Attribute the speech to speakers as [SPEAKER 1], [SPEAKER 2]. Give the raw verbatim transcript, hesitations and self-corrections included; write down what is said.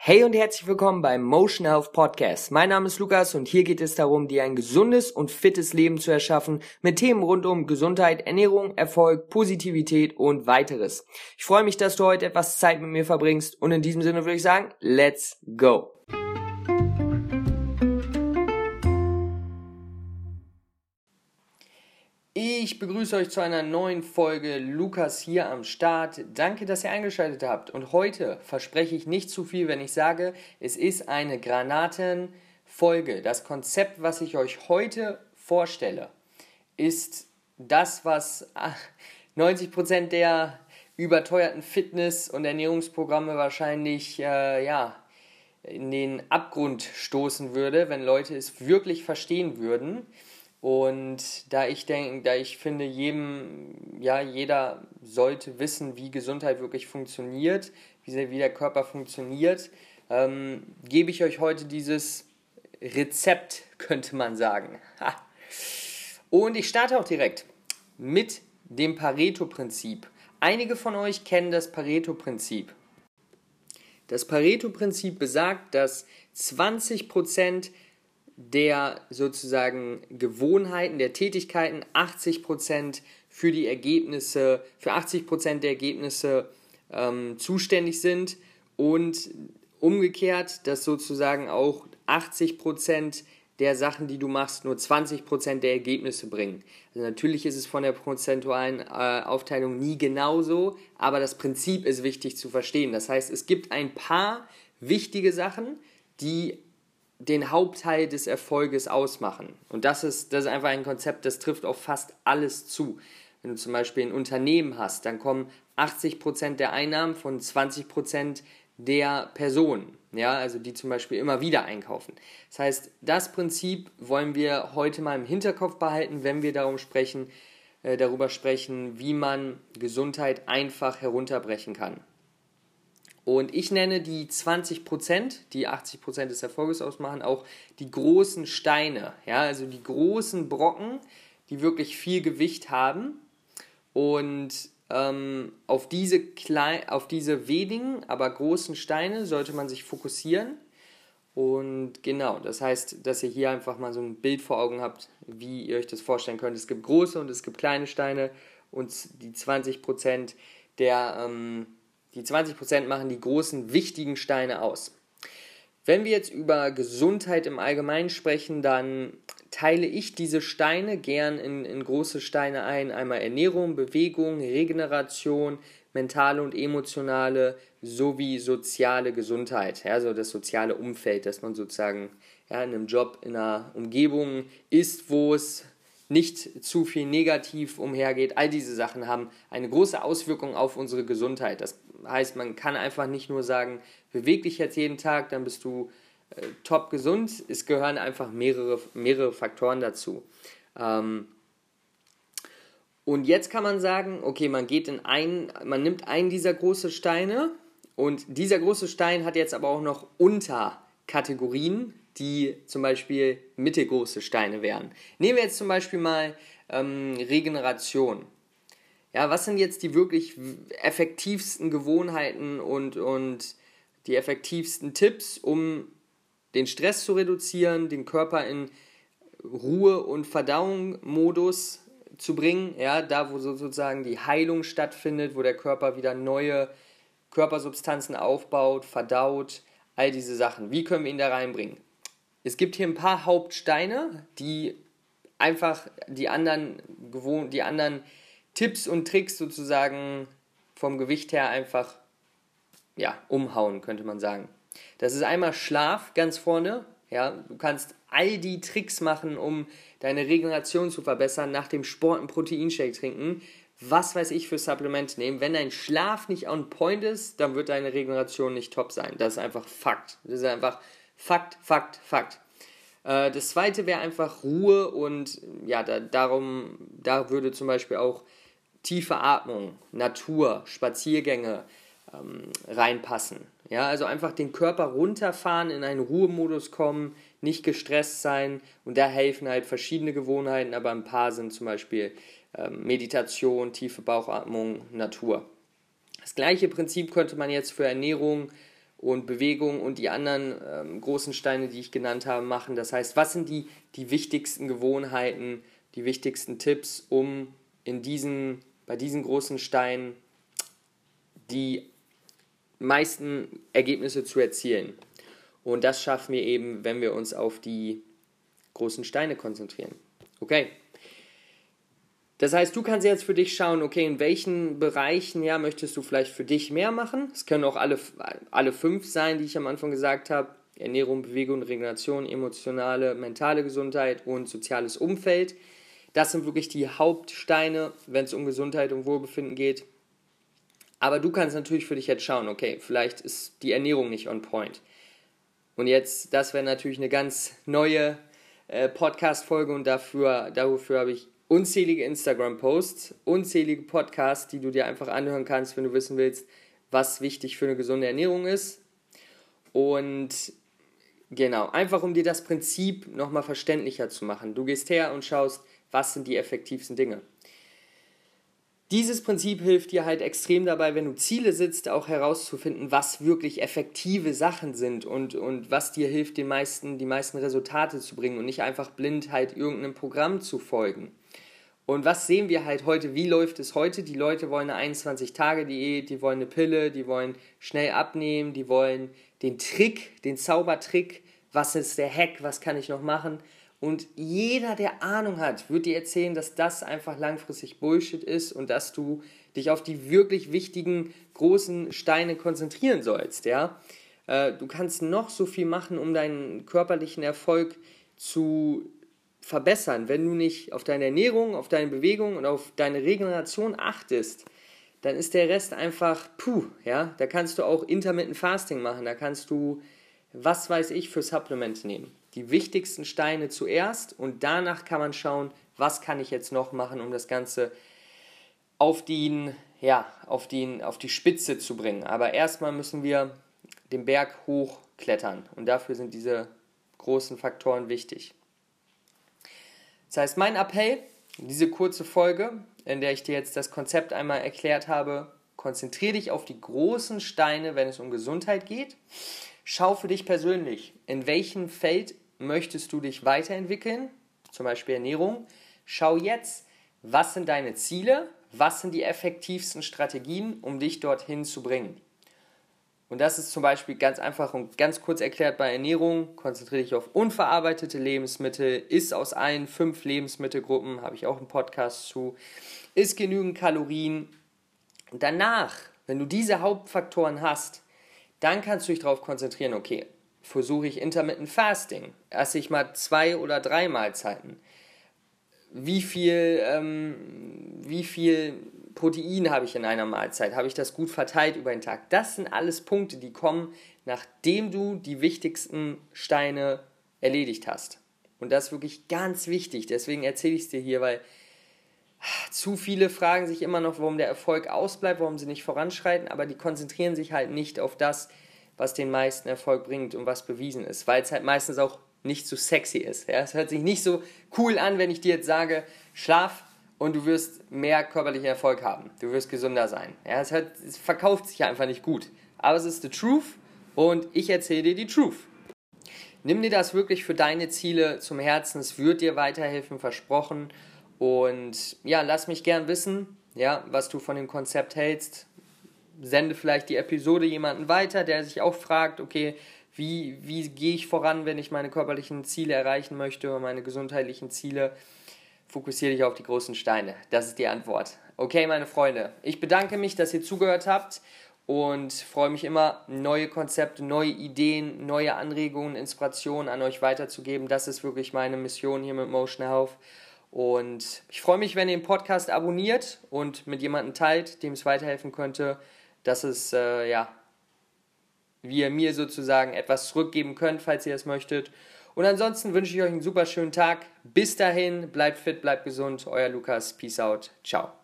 [SPEAKER 1] Hey und herzlich willkommen beim Motion Health Podcast. Mein Name ist Lukas und hier geht es darum, dir ein gesundes und fittes Leben zu erschaffen mit Themen rund um Gesundheit, Ernährung, Erfolg, Positivität und weiteres. Ich freue mich, dass du heute etwas Zeit mit mir verbringst und in diesem Sinne würde ich sagen, let's go! Ich begrüße euch zu einer neuen Folge. Lukas hier am Start. Danke, dass ihr eingeschaltet habt. Und heute verspreche ich nicht zu viel, wenn ich sage, es ist eine Granatenfolge. Das Konzept, was ich euch heute vorstelle, ist das, was neunzig Prozent der überteuerten Fitness- und Ernährungsprogramme wahrscheinlich äh, ja, in den Abgrund stoßen würde, wenn Leute es wirklich verstehen würden. Und da ich denke, da ich finde, jedem, ja, jeder sollte wissen, wie Gesundheit wirklich funktioniert, wie, wie der Körper funktioniert, ähm, gebe ich euch heute dieses Rezept, könnte man sagen. Ha. Und ich starte auch direkt mit dem Pareto-Prinzip. Einige von euch kennen das Pareto-Prinzip. Das Pareto-Prinzip besagt, dass zwanzig Prozent der sozusagen Gewohnheiten, der Tätigkeiten achtzig Prozent für die Ergebnisse, für achtzig Prozent der Ergebnisse ähm, zuständig sind und umgekehrt, dass sozusagen auch achtzig Prozent der Sachen, die du machst, nur zwanzig Prozent der Ergebnisse bringen. Also natürlich ist es von der prozentualen äh, Aufteilung nie genauso, aber das Prinzip ist wichtig zu verstehen. Das heißt, es gibt ein paar wichtige Sachen, die den Hauptteil des Erfolges ausmachen. Und das ist, das ist einfach ein Konzept, das trifft auf fast alles zu. Wenn du zum Beispiel ein Unternehmen hast, dann kommen achtzig Prozent der Einnahmen von zwanzig Prozent der Personen, ja, also die zum Beispiel immer wieder einkaufen. Das heißt, das Prinzip wollen wir heute mal im Hinterkopf behalten, wenn wir darum sprechen, äh, darüber sprechen, wie man Gesundheit einfach herunterbrechen kann. Und ich nenne die zwanzig Prozent, die achtzig Prozent des Erfolges ausmachen, auch die großen Steine, ja, also die großen Brocken, die wirklich viel Gewicht haben. Und ähm, auf, diese klein, auf diese wenigen, aber großen Steine sollte man sich fokussieren. Und genau, das heißt, dass ihr hier einfach mal so ein Bild vor Augen habt, wie ihr euch das vorstellen könnt. Es gibt große und es gibt kleine Steine und die zwanzig Prozent der ähm, Die zwanzig Prozent machen die großen, wichtigen Steine aus. Wenn wir jetzt über Gesundheit im Allgemeinen sprechen, dann teile ich diese Steine gern in, in große Steine ein. Einmal Ernährung, Bewegung, Regeneration, mentale und emotionale sowie soziale Gesundheit. Ja, also das soziale Umfeld, dass man sozusagen ja, in einem Job, in einer Umgebung ist, wo es nicht zu viel negativ umhergeht. All diese Sachen haben eine große Auswirkung auf unsere Gesundheit. Das heißt, man kann einfach nicht nur sagen, beweg dich jetzt jeden Tag, dann bist du äh, top gesund. Es gehören einfach mehrere, mehrere Faktoren dazu. Ähm und jetzt kann man sagen, okay, man geht in einen, man nimmt einen dieser großen Steine und dieser große Stein hat jetzt aber auch noch Unterkategorien, die zum Beispiel mittelgroße Steine wären. Nehmen wir jetzt zum Beispiel mal ähm, Regeneration. Ja, was sind jetzt die wirklich effektivsten Gewohnheiten und, und die effektivsten Tipps, um den Stress zu reduzieren, den Körper in Ruhe- und Verdauungsmodus zu bringen, ja, da wo sozusagen die Heilung stattfindet, wo der Körper wieder neue Körpersubstanzen aufbaut, verdaut, all diese Sachen. Wie können wir ihn da reinbringen? Es gibt hier ein paar Hauptsteine, die einfach die anderen, die anderen Tipps und Tricks sozusagen vom Gewicht her einfach ja, umhauen, könnte man sagen. Das ist einmal Schlaf ganz vorne. Ja, du kannst all die Tricks machen, um deine Regeneration zu verbessern, nach dem Sport einen Proteinshake trinken, was weiß ich für Supplemente nehmen. Wenn dein Schlaf nicht on point ist, dann wird deine Regeneration nicht top sein. Das ist einfach Fakt. Das ist einfach Fakt, Fakt, Fakt. Äh, das zweite wäre einfach Ruhe und ja, da, darum, da würde zum Beispiel auch tiefe Atmung, Natur, Spaziergänge ähm, reinpassen. Ja, also einfach den Körper runterfahren, in einen Ruhemodus kommen, nicht gestresst sein und da helfen halt verschiedene Gewohnheiten, aber ein paar sind zum Beispiel ähm, Meditation, tiefe Bauchatmung, Natur. Das gleiche Prinzip könnte man jetzt für Ernährung und Bewegung und die anderen ähm, großen Steine, die ich genannt habe, machen. Das heißt, was sind die, die wichtigsten Gewohnheiten, die wichtigsten Tipps, um in diesen, bei diesen großen Steinen die meisten Ergebnisse zu erzielen. Und das schaffen wir eben, wenn wir uns auf die großen Steine konzentrieren. Okay. Das heißt, du kannst jetzt für dich schauen, okay, in welchen Bereichen ja, möchtest du vielleicht für dich mehr machen. Es können auch alle, alle fünf sein, die ich am Anfang gesagt habe. Ernährung, Bewegung, Regeneration, emotionale, mentale Gesundheit und soziales Umfeld. Das sind wirklich die Hauptsteine, wenn es um Gesundheit und Wohlbefinden geht. Aber du kannst natürlich für dich jetzt schauen, okay, vielleicht ist die Ernährung nicht on point. Und jetzt, das wäre natürlich eine ganz neue äh, Podcast-Folge und dafür, dafür habe ich unzählige Instagram-Posts, unzählige Podcasts, die du dir einfach anhören kannst, wenn du wissen willst, was wichtig für eine gesunde Ernährung ist. Und genau, einfach um dir das Prinzip nochmal verständlicher zu machen. Du gehst her und schaust, was sind die effektivsten Dinge. Dieses Prinzip hilft dir halt extrem dabei, wenn du Ziele setzt, auch herauszufinden, was wirklich effektive Sachen sind und, und was dir hilft, den meisten, die meisten Resultate zu bringen und nicht einfach blind halt irgendeinem Programm zu folgen. Und was sehen wir halt heute? Wie läuft es heute? Die Leute wollen eine einundzwanzig-Tage-Diät, die wollen eine Pille, die wollen schnell abnehmen, die wollen den Trick, den Zaubertrick, was ist der Hack, was kann ich noch machen? Und jeder, der Ahnung hat, wird dir erzählen, dass das einfach langfristig Bullshit ist und dass du dich auf die wirklich wichtigen, großen Steine konzentrieren sollst. Ja? Äh, du kannst noch so viel machen, um deinen körperlichen Erfolg zu verbessern. Wenn du nicht auf deine Ernährung, auf deine Bewegung und auf deine Regeneration achtest, dann ist der Rest einfach puh. Ja? Da kannst du auch Intermittent Fasting machen, da kannst du, was weiß ich, für Supplemente nehmen. Die wichtigsten Steine zuerst und danach kann man schauen, was kann ich jetzt noch machen, um das Ganze auf, den, ja, auf, den, auf die Spitze zu bringen. Aber erstmal müssen wir den Berg hochklettern und dafür sind diese großen Faktoren wichtig. Das heißt, mein Appell, diese kurze Folge, in der ich dir jetzt das Konzept einmal erklärt habe, konzentriere dich auf die großen Steine, wenn es um Gesundheit geht. Schau für dich persönlich, in welchem Feld möchtest du dich weiterentwickeln, zum Beispiel Ernährung. Schau jetzt, was sind deine Ziele, was sind die effektivsten Strategien, um dich dorthin zu bringen. Und das ist zum Beispiel ganz einfach und ganz kurz erklärt bei Ernährung. Konzentriere dich auf unverarbeitete Lebensmittel, iss aus allen fünf Lebensmittelgruppen, habe ich auch einen Podcast zu, iss genügend Kalorien. Und danach, wenn du diese Hauptfaktoren hast, dann kannst du dich darauf konzentrieren, okay, versuche ich Intermittent Fasting, esse ich mal zwei oder drei Mahlzeiten. Wie viel, ähm, wie viel Protein habe ich in einer Mahlzeit? Habe ich das gut verteilt über den Tag? Das sind alles Punkte, die kommen, nachdem du die wichtigsten Steine erledigt hast. Und das ist wirklich ganz wichtig, deswegen erzähle ich es dir hier, weil zu viele fragen sich immer noch, warum der Erfolg ausbleibt, warum sie nicht voranschreiten, aber die konzentrieren sich halt nicht auf das, was den meisten Erfolg bringt und was bewiesen ist, weil es halt meistens auch nicht so sexy ist. Ja? Es hört sich nicht so cool an, wenn ich dir jetzt sage, schlaf und du wirst mehr körperlichen Erfolg haben, du wirst gesünder sein. Ja? Es, hört, es verkauft sich ja einfach nicht gut, aber es ist the truth und ich erzähle dir die truth. Nimm dir das wirklich für deine Ziele zum Herzen, es wird dir weiterhelfen, versprochen. Und ja, lass mich gern wissen, ja, was du von dem Konzept hältst. Sende vielleicht die Episode jemanden weiter, der sich auch fragt, okay, wie, wie gehe ich voran, wenn ich meine körperlichen Ziele erreichen möchte oder meine gesundheitlichen Ziele? Fokussiere dich auf die großen Steine. Das ist die Antwort. Okay, meine Freunde, ich bedanke mich, dass ihr zugehört habt und freue mich immer, neue Konzepte, neue Ideen, neue Anregungen, Inspirationen an euch weiterzugeben. Das ist wirklich meine Mission hier mit Motion Health. Und ich freue mich, wenn ihr den Podcast abonniert und mit jemandem teilt, dem es weiterhelfen könnte, dass es, äh, ja, wie ihr mir sozusagen etwas zurückgeben könnt, falls ihr es möchtet. Und ansonsten wünsche ich euch einen super schönen Tag. Bis dahin, bleibt fit, bleibt gesund. Euer Lukas. Peace out. Ciao.